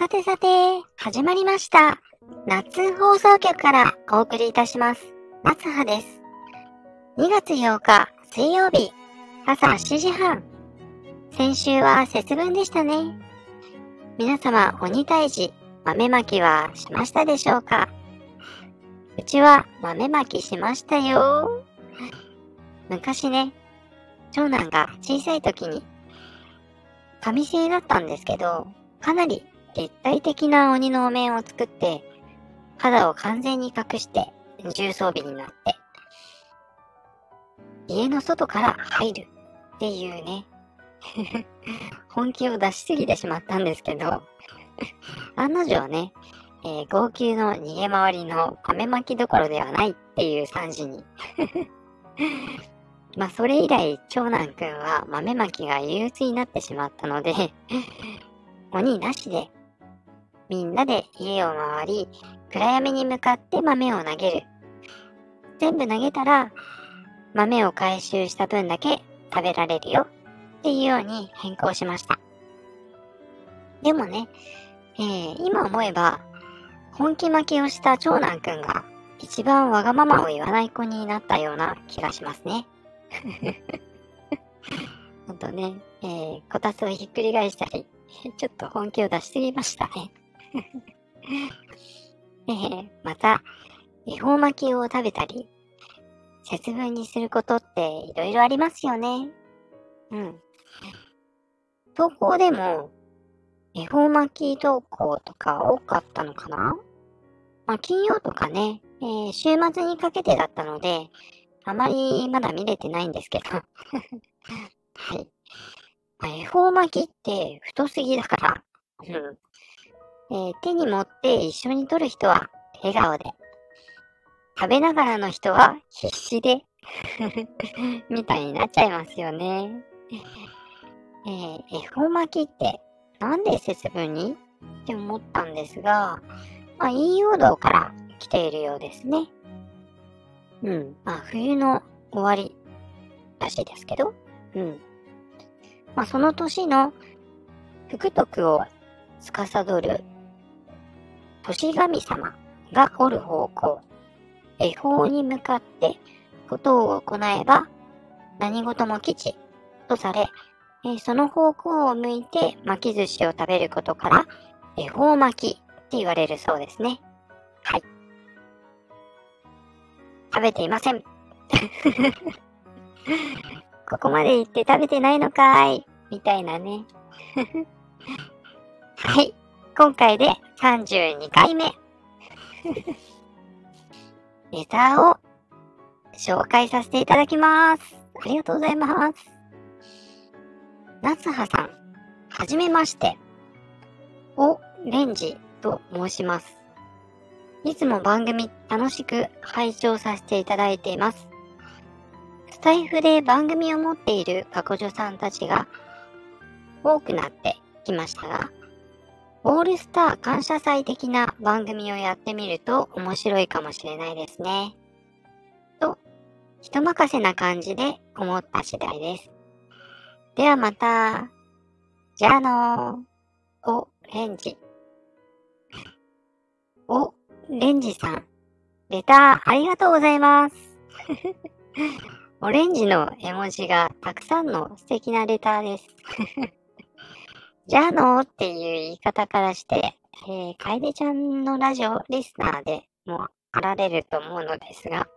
さてさて、始まりました。夏放送局からお送りいたします。夏葉です。2月8日水曜日、朝7時半。先週は節分でしたね。皆様、鬼退治、豆まきはしましたでしょうか？うちは豆まきしましたよ。昔ね、長男が小さい時に、紙製だったんですけど、かなり立体的な鬼のお面を作って、肌を完全に隠して重装備になって、家の外から入るっていうね、本気を出しすぎてしまったんですけど、案の定ね、号泣の逃げ回りの豆まきどころではないっていう惨事に。まあそれ以来、長男くんは豆まきが憂鬱になってしまったので、鬼なしで、みんなで家を回り、暗闇に向かって豆を投げる。全部投げたら、豆を回収した分だけ食べられるよっていうように変更しました。でもね、今思えば、本気負けをした長男くんが一番わがままを言わない子になったような気がしますね。ほんとね、こたつをひっくり返したり、ちょっと本気を出しすぎましたね。また、恵方巻きを食べたり、節分にすることっていろいろありますよね。投稿でも、恵方巻き投稿とか多かったのかな？まあ、金曜とかね、週末にかけてだったので、あまりまだ見れてないんですけど。はい。まあ、恵方巻きって太すぎだから、手に持って一緒に撮る人は笑顔で、食べながらの人は必死で、みたいになっちゃいますよね。恵方巻きってなんで節分にって思ったんですが、まあ、陰陽道から来ているようですね。まあ、冬の終わりらしいですけど、まあ、その年の福徳を司る年神様がおる方向、恵方に向かってことを行えば何事も吉とされ、その方向を向いて巻き寿司を食べることから恵方巻きって言われるそうですね。はい。食べていません。ここまで言って食べてないのかーいみたいなね。はい。今回で32回目。レターを紹介させていただきます。ありがとうございます。夏葉さん、はじめまして。レンジと申します。いつも番組楽しく拝聴させていただいています。スタイフで番組を持っている過去女さんたちが多くなってきましたが、オールスター感謝祭的な番組をやってみると面白いかもしれないですね。と、人任せな感じで思った次第です。ではまた。じゃあのー。レンジさん、レターありがとうございます。オレンジの絵文字がたくさんの素敵なレターです。じゃあのーっていう言い方からして、楓ちゃんのラジオリスナーでもあられると思うのですが、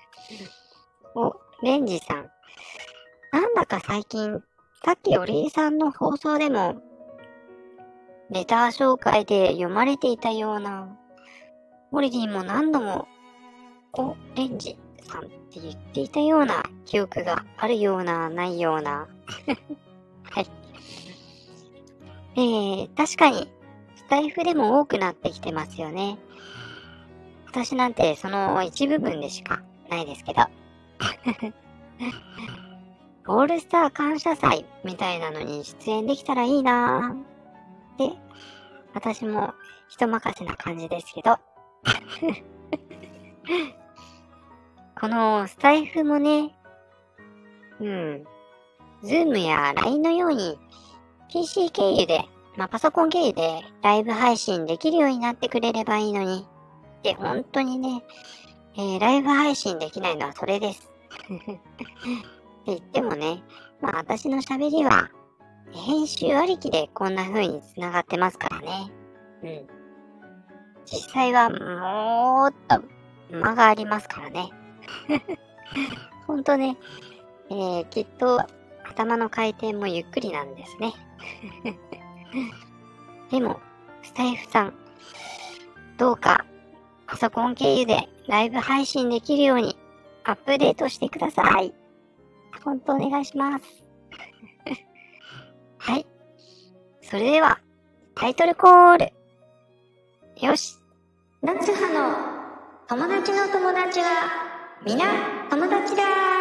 レンジさん、なんだか最近、さっきおりえさんの放送でも、レター紹介で読まれていたような、オリディも何度も、レンジさんって言っていたような記憶があるような、ないような。はい。確かに、スタイフでも多くなってきてますよね。私なんてその一部分でしかないですけど。オールスター感謝祭みたいなのに出演できたらいいなーって、私も人任せな感じですけど。このスタイフもね、ズームや LINE のように PC 経由でパソコン経由でライブ配信できるようになってくれればいいのに。で、本当にね、ライブ配信できないのはそれです。って言ってもね、私の喋りは、編集ありきでこんな風に繋がってますからね。実際はもっと間がありますからね。ほんとね、きっと頭の回転もゆっくりなんですね。でも、スタイフさん、どうかパソコン経由でライブ配信できるようにアップデートしてください。ほんとお願いします。はい。それでは、タイトルコール。よし。夏葉の友達の友達は、みな友達だ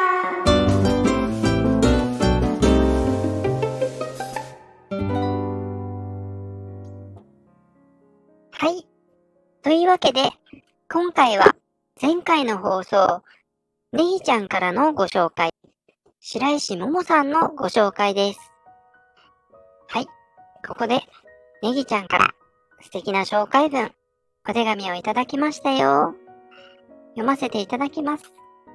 はい。というわけで、今回は前回の放送、ねぎちゃんからのご紹介、白石ももさんのご紹介です。はい。ここで、ねぎちゃんから素敵な紹介文、お手紙をいただきましたよ。読ませていただきます。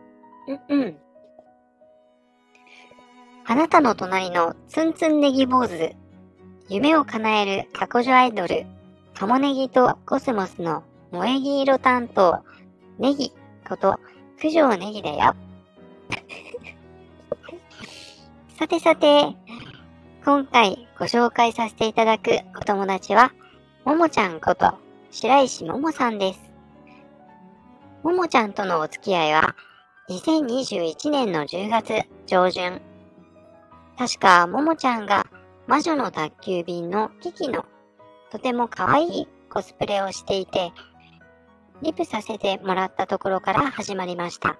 あなたの隣のツンツンネギ坊主、夢を叶える過去女アイドル、カモネギとコスモスの萌え木色担当、ネギこと九条ネギだよ。さてさて、今回ご紹介させていただくお友達は、ももちゃんこと白石ももさんです。ももちゃんとのお付き合いは、2021年の10月上旬。確か、ももちゃんが魔女の宅急便のキキのとても可愛いコスプレをしていて、リプさせてもらったところから始まりました。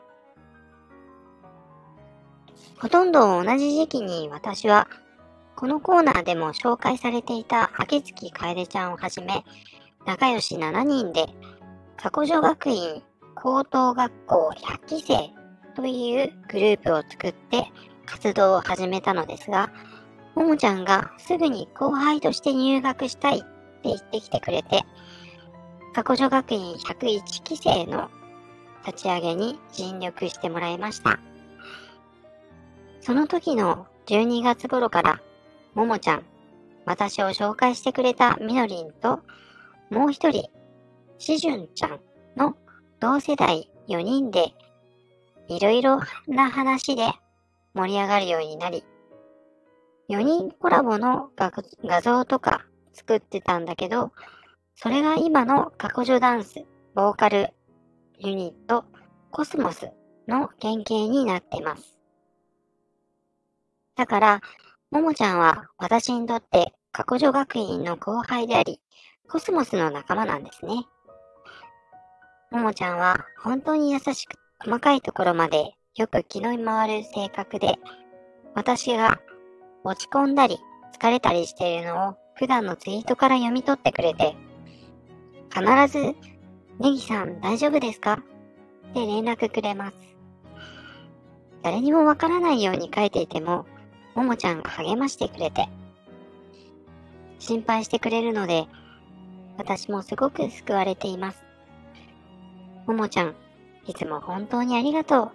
ほとんど同じ時期に私は、このコーナーでも紹介されていた秋月楓ちゃんをはじめ、仲良し7人で、過去女学院高等学校100期生というグループを作って活動を始めたのですが、ももちゃんがすぐに後輩として入学したいって言ってきてくれて、過去女学院101期生の立ち上げに尽力してもらいました。その時の12月頃から、ももちゃん、私を紹介してくれたみのりんと、もう一人、しじゅんちゃんの同世代4人で、いろいろな話で盛り上がるようになり、4人コラボの画像とか作ってたんだけど、それが今の過去女ダンス、ボーカル、ユニット、コスモスの原型になってます。だから、ももちゃんは私にとって過去女学院の後輩であり、コスモスの仲間なんですね。ももちゃんは本当に優しく細かいところまでよく気の回る性格で、私が落ち込んだり疲れたりしているのを普段のツイートから読み取ってくれて、必ずネギさん大丈夫ですかって連絡くれます。誰にもわからないように書いていても、ももちゃんが励ましてくれて、心配してくれるので、私もすごく救われています。ももちゃん、いつも本当にありがと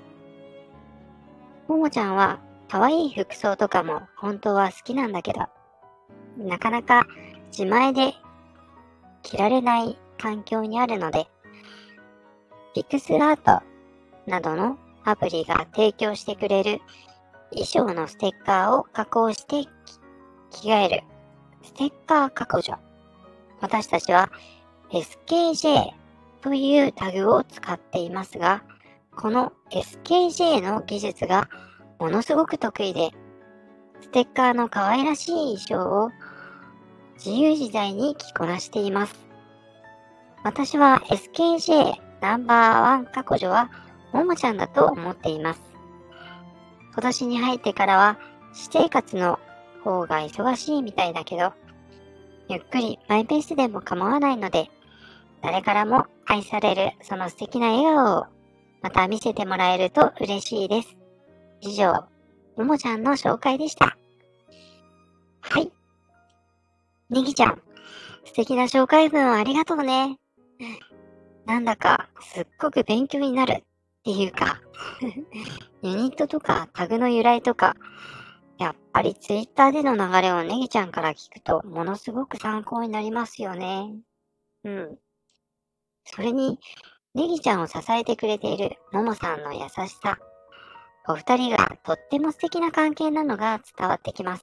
う。ももちゃんは可愛い服装とかも本当は好きなんだけど、なかなか自前で着られない環境にあるので、ピクスラートなどのアプリが提供してくれる衣装のステッカーを加工して着替えるステッカー加工所。私たちは SKJ というタグを使っていますが、この SKJ の技術がものすごく得意で、ステッカーの可愛らしい衣装を自由自在に着こなしています。私は SKJ ナンバーワン過去女はももちゃんだと思っています。今年に入ってからは私生活の方が忙しいみたいだけど、ゆっくりマイペースでも構わないので、誰からも愛されるその素敵な笑顔をまた見せてもらえると嬉しいです。以上、ももちゃんの紹介でした。はい。 ネギちゃん、素敵な紹介文をありがとうね。なんだかすっごく勉強になるっていうか、ユニットとかタグの由来とか、やっぱりツイッターでの流れをネギちゃんから聞くとものすごく参考になりますよね。うん。それに、ネギちゃんを支えてくれているももさんの優しさ。お二人がとっても素敵な関係なのが伝わってきます。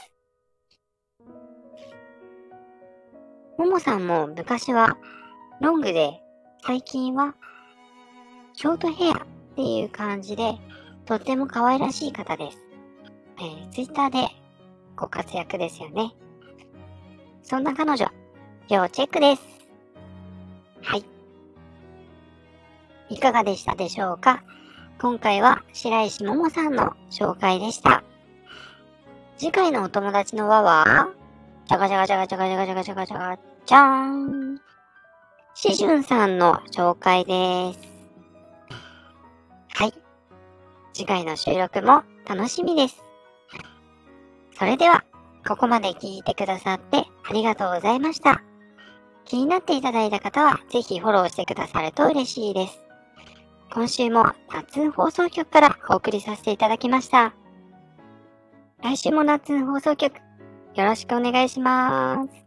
ももさんも昔はロングで、最近はショートヘアっていう感じで、とっても可愛らしい方です。ツイッターでご活躍ですよね。そんな彼女、要チェックです。はい。いかがでしたでしょうか？今回は白石ももさんの紹介でした。次回のお友達の輪は、じゃがじゃがじゃがじゃがじゃがじゃがじゃがじゃがじゃーん。しじゅんさんの紹介です。はい。次回の収録も楽しみです。それでは、ここまで聞いてくださってありがとうございました。気になっていただいた方は、ぜひフォローしてくださると嬉しいです。今週も夏放送局からお送りさせていただきました。来週も夏放送局、よろしくお願いします。